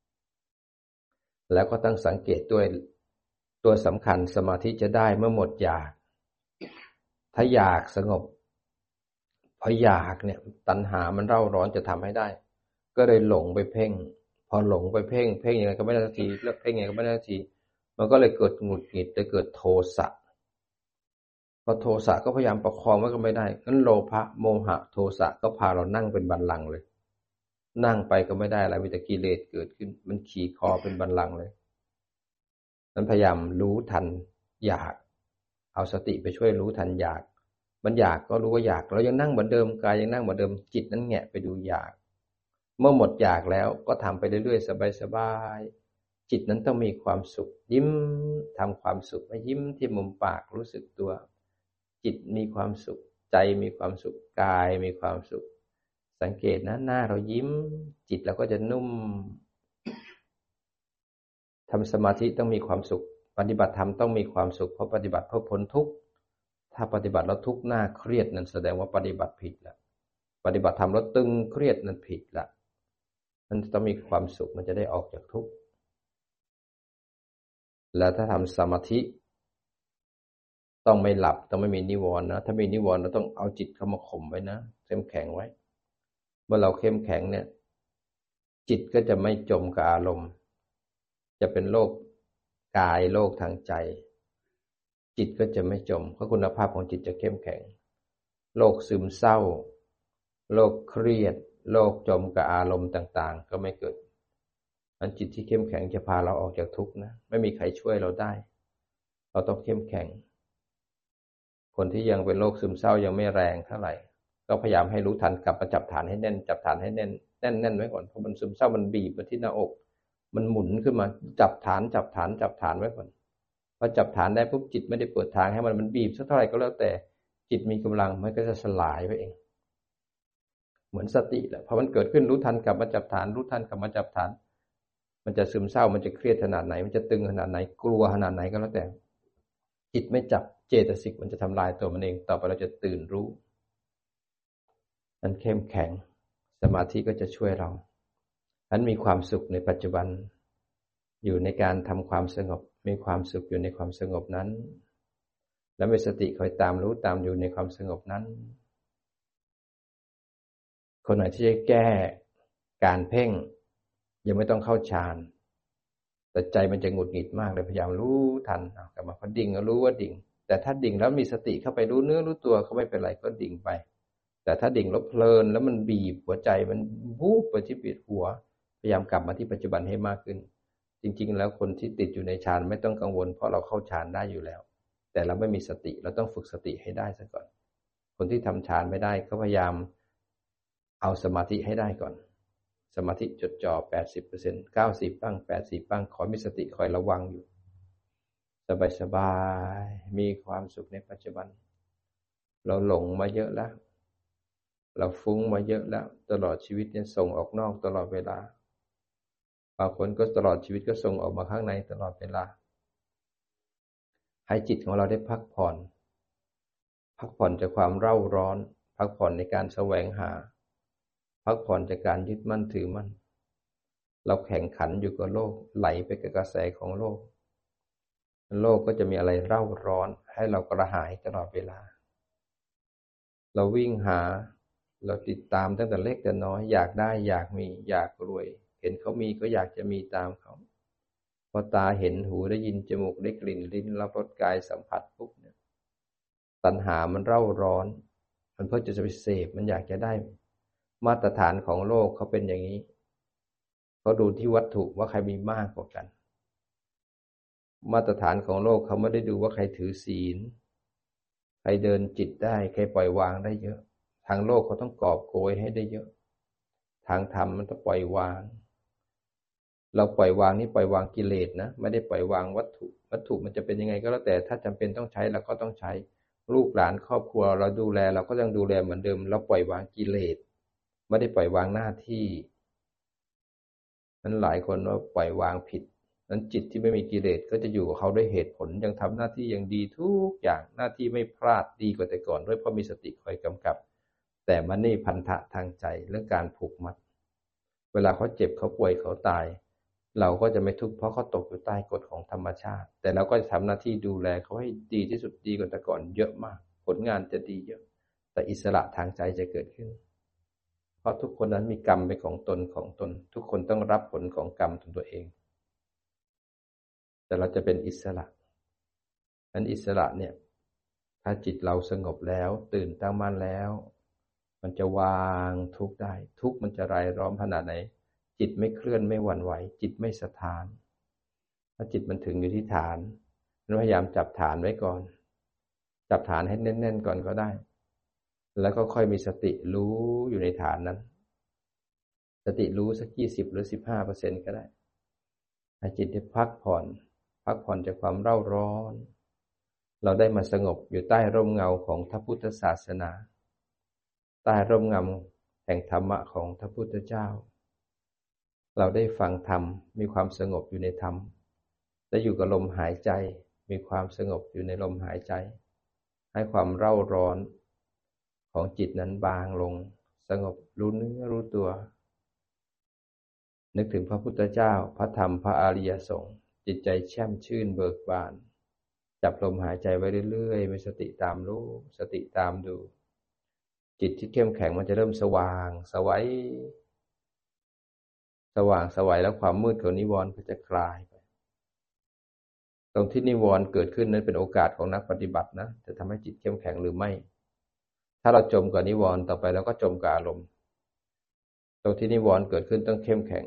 แล้วก็ต้องสังเกตด้วยตัวสำคัญสมาธิจะได้เมื่อหมดอยากถ้าอยากสงบพออยากเนี่ยตัณหามันเร่าร้อนจะทำให้ได้ก็เลยหลงไปเพ่งพอหลงไปเพ่งเพ่งยังไงก็ไม่ได้สักทีเลิกเพ่งยังไงก็ไม่ได้สักทีมันก็เลยเกิดหงุดหงิดเลยเกิดโทสะพอโทสะก็พยายามประคองไว้ก็ไม่ได้งั้นโลภะโมหะโทสะก็พาเรานั่งเป็นบัลลังก์เลยนั่งไปก็ไม่ได้อะไรมีแต่กิเลสเกิดขึ้นมันขี่คอเป็นบัลลังก์เลยนั้นพยายามรู้ทันอยากเอาสติไปช่วยรู้ทันอยากมันอยากก็รู้ว่าอยากเรายังนั่งเหมือนเดิมกายยังนั่งเหมือนเดิมจิตนั้นแงะไปดูอยากเมื่อหมดอยากแล้วก็ทำไปเรื่อยๆสบายๆจิตนั้นต้องมีความสุขยิ้มทำความสุขยิ้มที่มุมปากรู้สึกตัวจิตมีความสุขใจมีความสุขกายมีความสุขสังเกตนะหน้าเรายิ้มจิตเราก็จะนุ่มทำสมาธิต้องมีความสุขปฏิบัติธรรมต้องมีความสุขเพราะปฏิบัติเพื่อพ้นทุกข์ถ้าปฏิบัติแล้วทุกข์หน้าเครียดนั่นแสดงว่าปฏิบัติผิดแล้วปฏิบัติธรรมแล้วตึงเครียดนั่นผิดละมันต้องมีความสุขมันจะได้ออกจากทุกข์แล้วถ้าทำสมาธิต้องไม่หลับต้องไม่มีนิวรณ์นะถ้ามีนิวรณ์เราต้องเอาจิตเข้ามาข่มไว้นะเข้มแข็งไว้เมื่อเราเข้มแข็งเนี่ยจิตก็จะไม่จมกับอารมณ์จะเป็นโลกกายโลกทางใจจิตก็จะไม่จมเพราะคุณภาพของจิตจะเข้มแข็งโรคซึมเศร้าโรคเครียดโรคจมกับอารมณ์ต่างๆก็ไม่เกิดอันจิตที่เข้มแข็งจะพาเราออกจากทุกข์นะไม่มีใครช่วยเราได้เราต้องเข้มแข็งคนที่ยังเป็นโรคซึมเศร้ายังไม่แรงเท่าไหร่ก็พยายามให้รู้ทันกลับมาจับฐานให้แน่นจับฐานให้แน่นแน่นแน่นไว้ก่อนเพราะมันซึมเศร้ามันบีบมาที่หน้าอกมันหมุนขึ้นมาจับฐานจับฐานจับฐานไว้ก่อนพอจับฐานได้ปุ๊บจิตไม่ได้เปิดทางให้มันมันบีบสักเท่าไหร่ก็แล้วแต่จิตมีกำลังมันก็จะสลายไปเองเหมือนสติแหละพอมันเกิดขึ้นรู้ทันกลับมาจับฐานรู้ทันกลับมาจับฐานมันจะซึมเศร้ามันจะเครียดขนาดไหนมันจะตึงขนาดไหนกลัวขนาดไหนก็แล้วแต่จิตไม่จับเจตสิกมันจะทำลายตัวมันเองต่อไปเราจะตื่นรู้มันเข้มแข็งสมาธิก็จะช่วยเราฉันมีความสุขในปัจจุบันอยู่ในการทำความสงบมีความสุขอยู่ในความสงบนั้นแล้วมีสติคอยตามรู้ตามอยู่ในความสงบนั้นคนไหนที่จะแก้การเพ่งยังไม่ต้องเข้าฌานแต่ใจมันจะหงุดหงิดมากเลยพยายามรู้ทันกลับมาพอดิ่งก็รู้ว่าดิ่งแต่ถ้าดิ่งแล้วมีสติเข้าไปรู้เนื้อรู้ตัวเขาไม่เป็นไรก็ดิ่งไปแต่ถ้าดิ่งแล้วเพลินแล้วมันบีบหัวใจมันวูบไปที่ปิดหัวพยายามกลับมาที่ปัจจุบันให้มากขึ้นจริงๆแล้วคนที่ติดอยู่ในฌานไม่ต้องกังวลเพราะเราเข้าฌานได้อยู่แล้วแต่เราไม่มีสติเราต้องฝึกสติให้ได้ซะก่อนคนที่ทำฌานไม่ได้ก็พยายามเอาสมาธิให้ได้ก่อนสมาธิจดจ่อ แปดสิบเปอร์เซ็นต์ เก้าสิบ บ้าง แปดสิบ บ้างขอมีสติคอยระวังอยู่สบายๆมีความสุขในปัจจุบันเราหลงมาเยอะแล้วเราฟุ้งมาเยอะแล้วตลอดชีวิตเนี่ยส่งออกนอกตลอดเวลาบางคนก็ตลอดชีวิตก็ส่งออกมาข้างในตลอดเวลาให้จิตของเราได้พักผ่อนพักผ่อนจากความเร่าร้อนพักผ่อนในการแสวงหาพักผ่อนจากการยึดมั่นถือมั่นเราแข่งขันอยู่กับโลกไหลไปกับกระแสของโลกโลกก็จะมีอะไรเร่าร้อนให้เรากระหายตลอดเวลาเราวิ่งหาเราติดตามตั้งแต่เล็กแต่น้อยอยากได้อยากมีอยากรวยเห็นเขามีก็อยากจะมีตามเขาพอตาเห็นหูได้ยินจมูกได้กลิ่นลิ้นรับรสกายสัมผัสปุ๊บเนี่ยตัณหามันเร่าร้อนมันเพื่อจะไปเสพมันอยากจะได้มาตรฐานของโลกเขาเป็นอย่างนี้เขาดูที่วัตถุว่าใครมีมากกว่ากันมาตรฐานของโลกเขาไม่ได้ดูว่าใครถือศีลใครเดินจิตได้ใครปล่อยวางได้เยอะทางโลกเขาต้องกอบโกยให้ได้เยอะทางธรรมมันต้องปล่อยวางเราปล่อยวางนี่ปล่อยวางกิเลสนะไม่ได้ปล่อยวางวัตถุวัตถุมันจะเป็นยังไงก็แล้วแต่ถ้าจำเป็นต้องใช้เราก็ต้องใช้ลูกหลานครอบครัวเราดูแลเราก็ยังดูแลเหมือนเดิมเราปล่อยวางกิเลสไม่ได้ปล่อยวางหน้าที่นั้นหลายคนว่าปล่อยวางผิดนั้นจิตที่ไม่มีกิเลสก็จะอยู่กับเขาด้วยเหตุผลยังทำหน้าที่อย่างดีทุกอย่างหน้าที่ไม่พลาดดีกว่าแต่ก่อนด้วยเพราะมีสติคอยกำกับแต่มันนี่พันธะทางใจเรื่องการผูกมัดเวลาเขาเจ็บเขาป่วยเขาตายเราก็จะไม่ทุกข์เพราะเขาตกอยู่ใต้กฎของธรรมชาติแต่เราก็จะทำหน้าที่ดูแลเขาให้ดีที่สุดดีกว่าแต่ก่อนเยอะมากผลงานจะดีเยอะแต่อิสระทางใจจะเกิดขึ้นเพราะทุกคนนั้นมีกรรมเป็นของตนของตนทุกคนต้องรับผลของกรรมของตัวเองแต่เราจะเป็นอิสระนั้นอิสระเนี่ยถ้าจิตเราสงบแล้วตื่นตั้งมั่นแล้วมันจะวางทุกข์ได้ทุกข์มันจะรายล้อมขนาดไหนจิตไม่เคลื่อนไม่หวั่นไหวจิตไม่สะท้านถ้าจิตมันถึงอยู่ที่ฐานพยายามจับฐานไว้ก่อนจับฐานให้แน่นๆก่อนก็ได้แล้วก็ค่อยมีสติรู้อยู่ในฐานนั้นสติรู้สักยี่สิบหรือสิบห้าเปอร์เซ็นต์ก็ได้ให้จิตได้พักผ่อนพักผ่อนจากความเร่าร้อนเราได้มาสงบอยู่ใต้ร่มเงาของพระพุทธศาสนาใต้ร่มเงาแห่งธรรมะของพระพุทธเจ้าเราได้ฟังธรรมมีความสงบอยู่ในธรรมและอยู่กับลมหายใจมีความสงบอยู่ในลมหายใจให้ความเร่าร้อนของจิตนั้นบางลงสงบรู้เนื้อรู้ตัวนึกถึงพระพุทธเจ้าพระธรรมพระอริยสงฆ์จิตใจแช่มชื่นเบิกบานจับลมหายใจไว้เรื่อยๆมีสติตามรู้สติตามดูจิตที่เข้มแข็งมันจะเริ่มสว่างสวัยสว่างสวัยแล้วความมืดของนิวรณ์ก็จะคลายไปตรงที่นิวรณ์เกิดขึ้นนั้นเป็นโอกาสของนักปฏิบัตินะจะทำให้จิตเข้มแข็งหรือไม่ถ้าเราจมกับนิวรณ์ต่อไปเราก็จมกับอารมณ์ตรงที่นิวรณ์เกิดขึ้นต้องเข้มแข็ง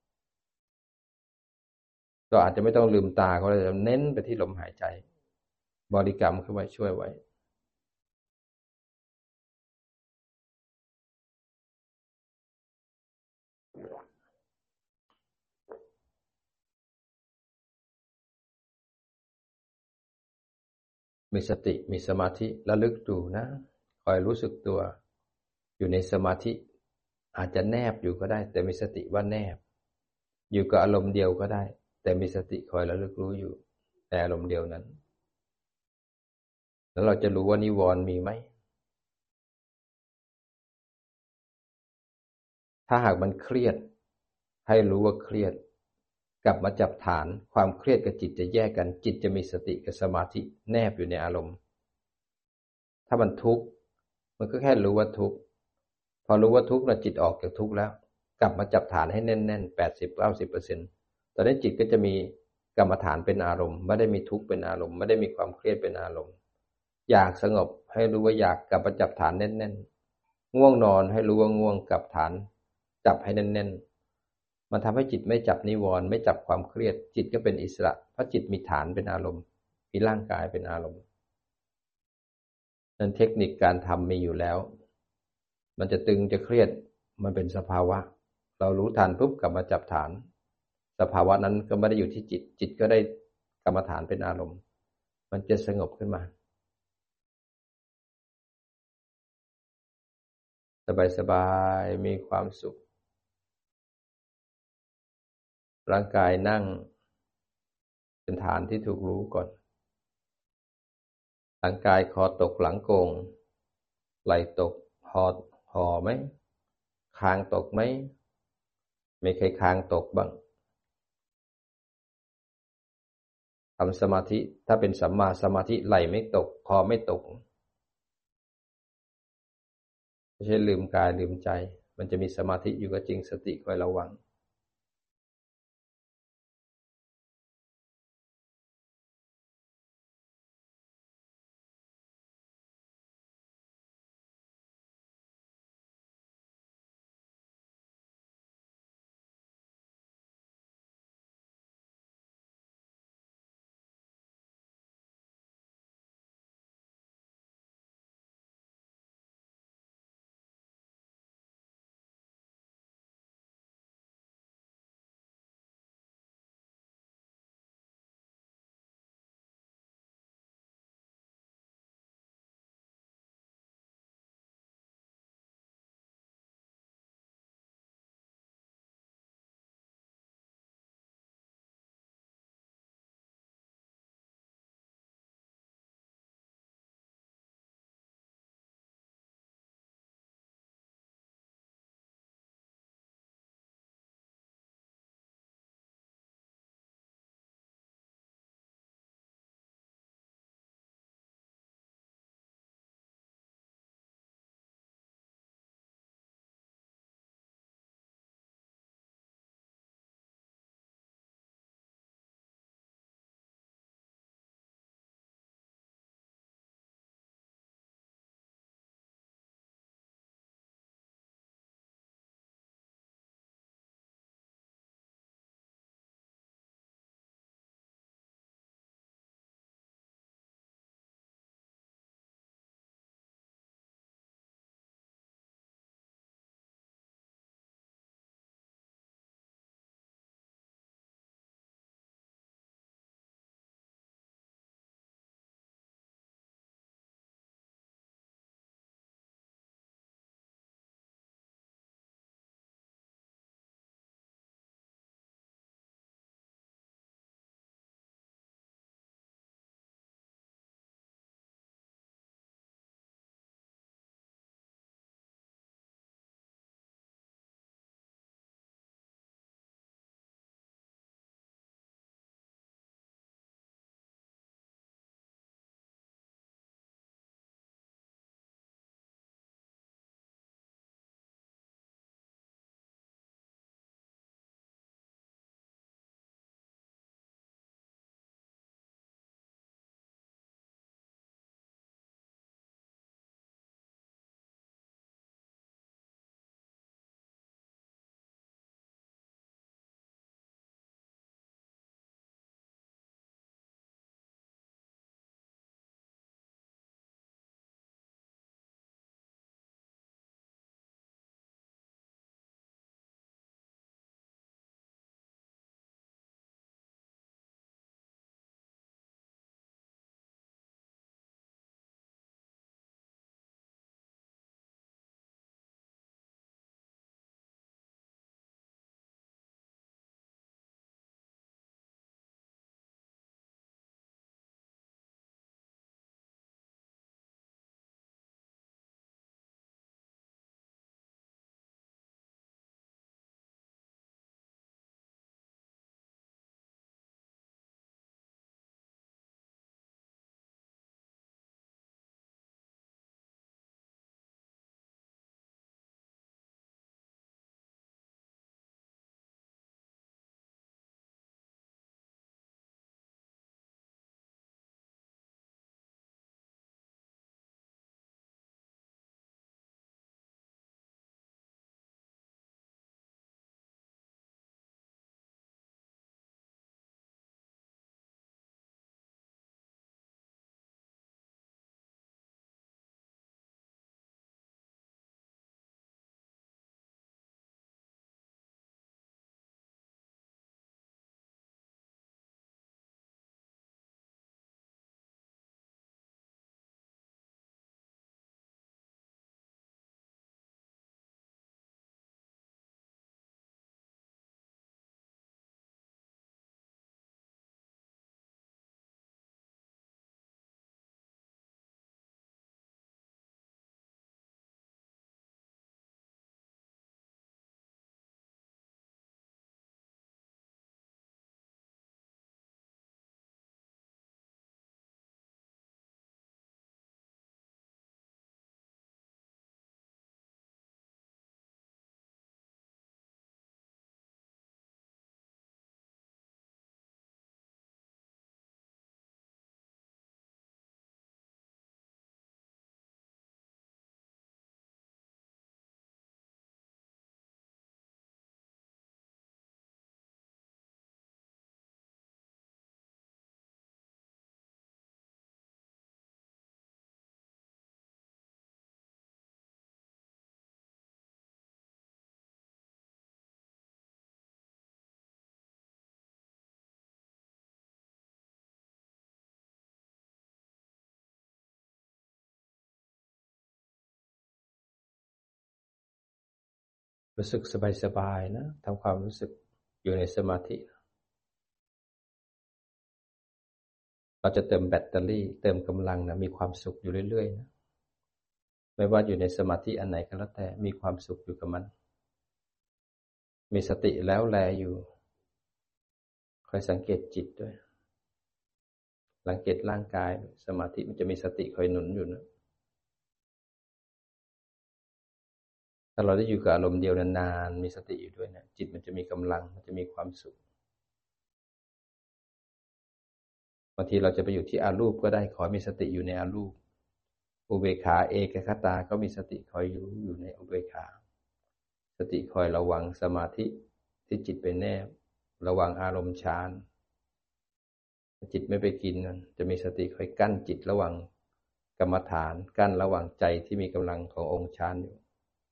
ก็อาจจะไม่ต้องลืมตาก็ได้เน้นไปที่ลมหายใจบริกรรมเข้าไว้ช่วยไว้มีสติมีสมาธิระลึกดูนะคอยรู้สึกตัวอยู่ในสมาธิอาจจะแนบอยู่ก็ได้แต่มีสติว่าแนบอยู่กับอารมณ์เดียวก็ได้แต่มีสติคอยระลึกรู้อยู่ในอารมณ์เดียวนั้นแล้วเราจะรู้ว่านิวรณ์มีไหมถ้าหากมันเครียดให้รู้ว่าเครียดกลับมาจับฐานความเครียดกับจิตจะแยกกันจิตจะมีสติกับสมาธิแนบอยู่ในอารมณ์ถ้ามันทุกข์มันก็แค่รู้ว่าทุกข์พอรู้ว่าทุกข์แล้วจิตออกจากทุกข์แล้วกลับมาจับฐานให้แน่นๆแปดสิบเก้าสิบเปอร์เซ็นต์ตอนนี้จิตก็จะมีกรรมฐานเป็นอารมณ์ไม่ได้มีทุกข์เป็นอารมณ์ไม่ได้มีความเครียดเป็นอารมณ์อยากสงบให้รู้ว่าอยากกลับมาจับฐานแน่นๆง่วงนอนให้รู้ว่าง่วงกลับฐานจับให้แน่นๆมันทำให้จิตไม่จับนิวรณ์ไม่จับความเครียดจิตก็เป็นอิสระเพราะจิตมีฐานเป็นอารมณ์มีร่างกายเป็นอารมณ์นั้นเทคนิคการทำมีอยู่แล้วมันจะตึงจะเครียดมันเป็นสภาวะเรารู้ทันปุ๊บกลับมาจับฐานสภาวะนั้นก็ไม่ได้อยู่ที่จิตจิตก็ได้กรรมฐานเป็นอารมณ์มันจะสงบขึ้นมาสบายๆมีความสุขร่างกายนั่งเป็นฐานที่ถูกรู้ก่อนร่างกายคอตกหลังโก่งไหล่ตกหอห่อไหมคางตกไหมไม่เคยคางตกบ้างทำสมาธิถ้าเป็นสัมมาสมาธิไหล่ไม่ตกคอไม่ตกไม่ใช่ลืมกายลืมใจมันจะมีสมาธิอยู่ก็จริงสติคอยระวังรู้สึกสบายๆนะทำความรู้สึกอยู่ในสมาธิเราจะเติมแบตเตอรี่เติมกำลังนะมีความสุขอยู่เรื่อยๆนะไม่ว่าอยู่ในสมาธิอันไหนก็แล้วแต่มีความสุขอยู่กับมันมีสติแล้วแลอยู่คอยสังเกตจิตด้วยสังเกตร่างกายสมาธิมันจะมีสติคอยหนุนอยู่นะถ้าเราได้อยู่กับอารมณ์เดียวนานๆมีสติอยู่ด้วยนะจิตมันจะมีกำลังมันจะมีความสุขบางทีเราจะไปอยู่ที่อารูปก็ได้ขอมีสติอยู่ในอารูปอุเบกขาเอกคตาก็มีสติคอยอยู่อยู่ในอุเบกขาสติคอยระวังสมาธิที่จิตไปแนบระวังอารมณ์ฌานจิตไม่ไปกินนั้นจะมีสติคอยกั้นจิตระหว่างกรรมฐานกั้นระหว่างใจที่มีกำลังขององค์ฌานอยู่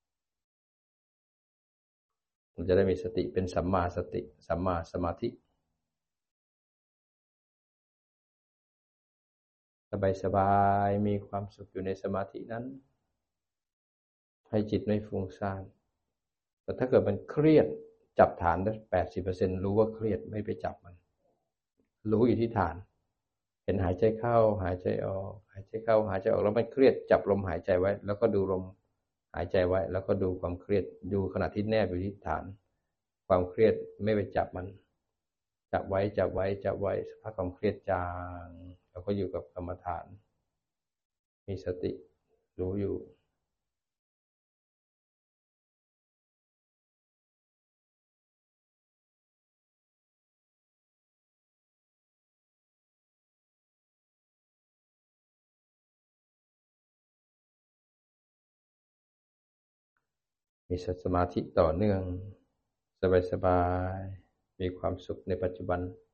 มันจะได้มีสติเป็นสัมมาสติสัมมาสมาธิสบายๆมีความสุขอยู่ในสมาธินั้นให้จิตไม่ฟุ้งซ่านแต่ถ้าเกิดมันเครียดจับฐานได้แปดสิบเปอร์เซ็นต์รู้ว่าเครียดไม่ไปจับมันรู้อยู่ที่ฐานเห็นหายใจเข้าหายใจออกหายใจเข้าหายใจออกแล้วมันเครียดจับลมหายใจไว้แล้วก็ดูลมหายใจไว้แล้วก็ดูความเครียดดูขณะที่แนบอยู่ที่ฐานความเครียดไม่ไปจับมันจับไว้จับไว้จับไว้สักพักความเครียดจางแล้วก็อยู่กับกรรมฐานมีสติรู้อยู่มีสมาธิต่อเนื่องสบายๆมีความสุขในปัจจุบัน